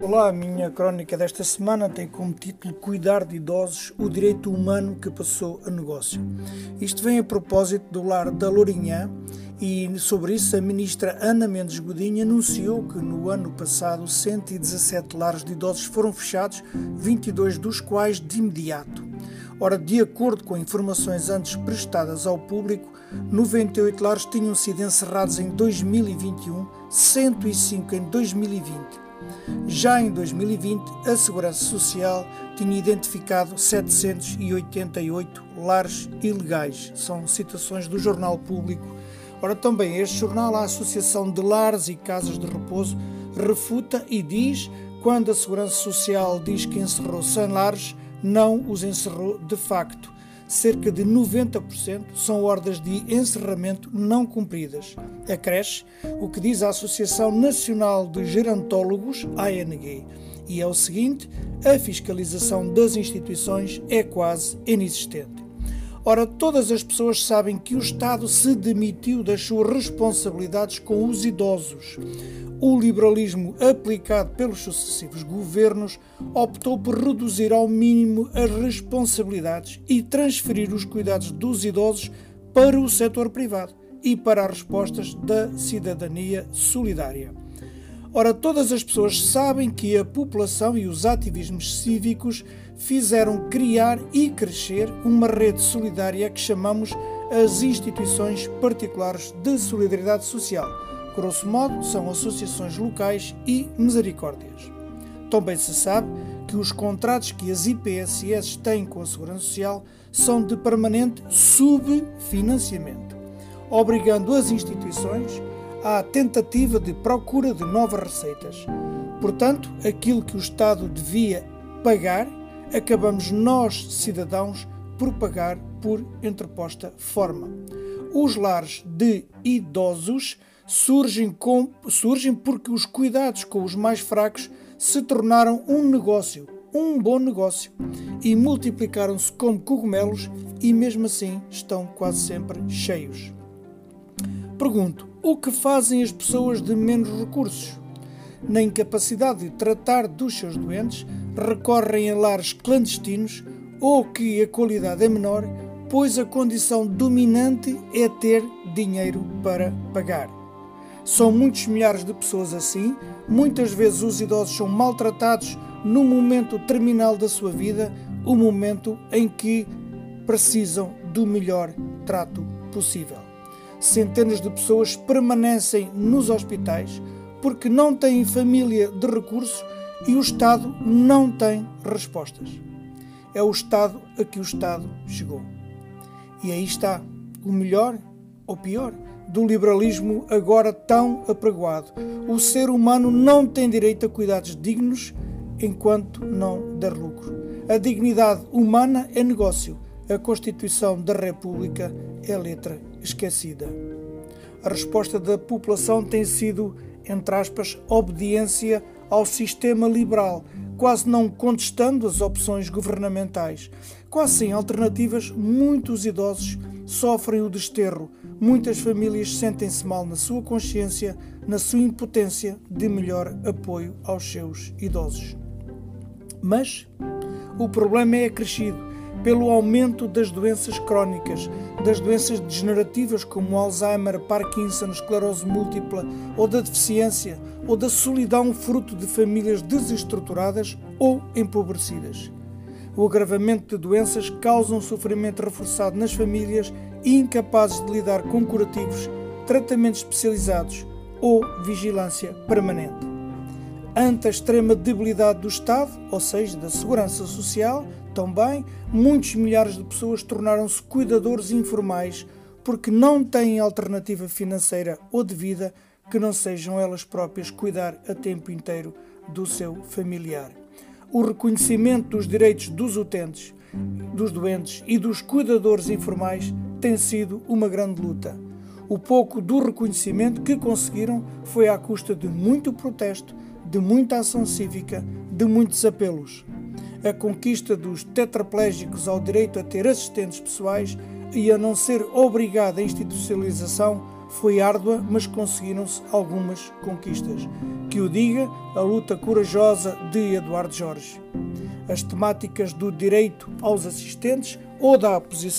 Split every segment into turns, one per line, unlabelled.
Olá, a minha crónica desta semana tem como título Cuidar de idosos, o direito humano que passou a negócio. Isto vem a propósito do lar da Lourinhã e sobre isso a ministra Ana Mendes Godinho anunciou que no ano passado 117 lares de idosos foram fechados, 22 dos quais de imediato. Ora, de acordo com informações antes prestadas ao público, 98 lares tinham sido encerrados em 2021, 105 em 2020. Já em 2020, a Segurança Social tinha identificado 788 lares ilegais. São citações do Jornal Público. Ora, também este jornal, a Associação de Lares e Casas de Repouso, refuta e diz, quando a Segurança Social diz que encerrou 100 lares, não os encerrou de facto. Cerca de 90% são ordens de encerramento não cumpridas. Acresce o que diz a Associação Nacional de Gerontólogos, ANG, e é o seguinte: a fiscalização das instituições é quase inexistente. Ora, todas as pessoas sabem que o Estado se demitiu das suas responsabilidades com os idosos. O liberalismo aplicado pelos sucessivos governos optou por reduzir ao mínimo as responsabilidades e transferir os cuidados dos idosos para o setor privado e para as respostas da cidadania solidária. Ora, todas as pessoas sabem que a população e os ativismos cívicos fizeram criar e crescer uma rede solidária que chamamos as instituições particulares de solidariedade social. Grosso modo, são associações locais e misericórdias. Também se sabe que os contratos que as IPSS têm com a Segurança Social são de permanente subfinanciamento, obrigando as instituições à tentativa de procura de novas receitas. Portanto, aquilo que o Estado devia pagar, acabamos nós, cidadãos, por pagar por interposta forma. Os lares de idosos surgem porque os cuidados com os mais fracos se tornaram um negócio, um bom negócio, e multiplicaram-se como cogumelos e mesmo assim estão quase sempre cheios. Pergunto, o que fazem as pessoas de menos recursos? Na incapacidade de tratar dos seus doentes, recorrem a lares clandestinos ou que a qualidade é menor, pois a condição dominante é ter dinheiro para pagar. São muitos milhares de pessoas assim, muitas vezes os idosos são maltratados no momento terminal da sua vida, o momento em que precisam do melhor trato possível. Centenas de pessoas permanecem nos hospitais porque não têm família de recursos e o Estado não tem respostas. É o estado a que o Estado chegou. E aí está o melhor ou pior do liberalismo agora tão apregoado. O ser humano não tem direito a cuidados dignos enquanto não der lucro. A dignidade humana é negócio. A Constituição da República é letra esquecida. A resposta da população tem sido, entre aspas, obediência ao sistema liberal, quase não contestando as opções governamentais. Quase sem alternativas, muitos idosos sofrem o desterro. Muitas famílias sentem-se mal na sua consciência, na sua impotência de melhor apoio aos seus idosos. Mas o problema é acrescido pelo aumento das doenças crónicas, das doenças degenerativas como Alzheimer, Parkinson, esclerose múltipla, ou da deficiência, ou da solidão fruto de famílias desestruturadas ou empobrecidas. O agravamento de doenças causa um sofrimento reforçado nas famílias incapazes de lidar com curativos, tratamentos especializados ou vigilância permanente. Ante a extrema debilidade do Estado, ou seja, da Segurança Social, também, muitos milhares de pessoas tornaram-se cuidadores informais porque não têm alternativa financeira ou de vida que não sejam elas próprias cuidar a tempo inteiro do seu familiar. O reconhecimento dos direitos dos utentes, dos doentes e dos cuidadores informais tem sido uma grande luta. O pouco do reconhecimento que conseguiram foi à custa de muito protesto, de muita ação cívica, de muitos apelos. A conquista dos tetraplégicos ao direito a ter assistentes pessoais e a não ser obrigada à institucionalização Foi árdua, mas conseguiram-se algumas conquistas. Que o diga a luta corajosa de Eduardo Jorge. As temáticas do direito aos assistentes ou da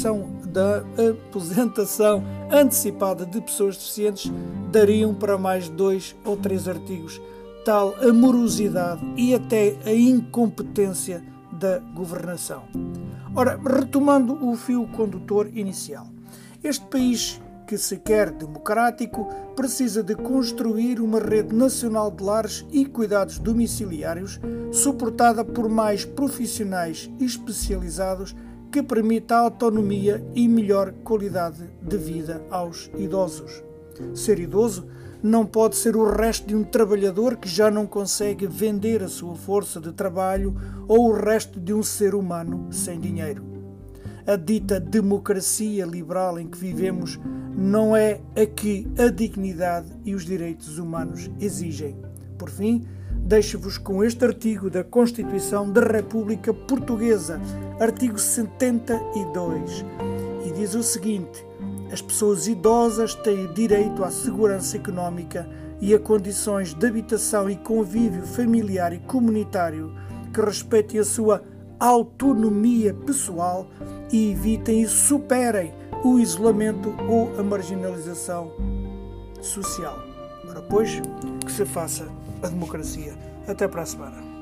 aposentação antecipada de pessoas deficientes dariam para mais 2 ou 3 artigos. Tal a morosidade e até a incompetência da governação. Ora, retomando o fio condutor inicial, este país que se quer democrático precisa de construir uma rede nacional de lares e cuidados domiciliários suportada por mais profissionais especializados que permita a autonomia e melhor qualidade de vida aos idosos. Ser idoso não pode ser o resto de um trabalhador que já não consegue vender a sua força de trabalho ou o resto de um ser humano sem dinheiro. A dita democracia liberal em que vivemos não é a que a dignidade e os direitos humanos exigem. Por fim, deixo-vos com este artigo da Constituição da República Portuguesa, artigo 72, e diz o seguinte: as pessoas idosas têm direito à segurança económica e a condições de habitação e convívio familiar e comunitário que respeitem a sua autonomia pessoal e evitem e superem o isolamento ou a marginalização social. Ora, pois, que se faça a democracia. Até para a semana.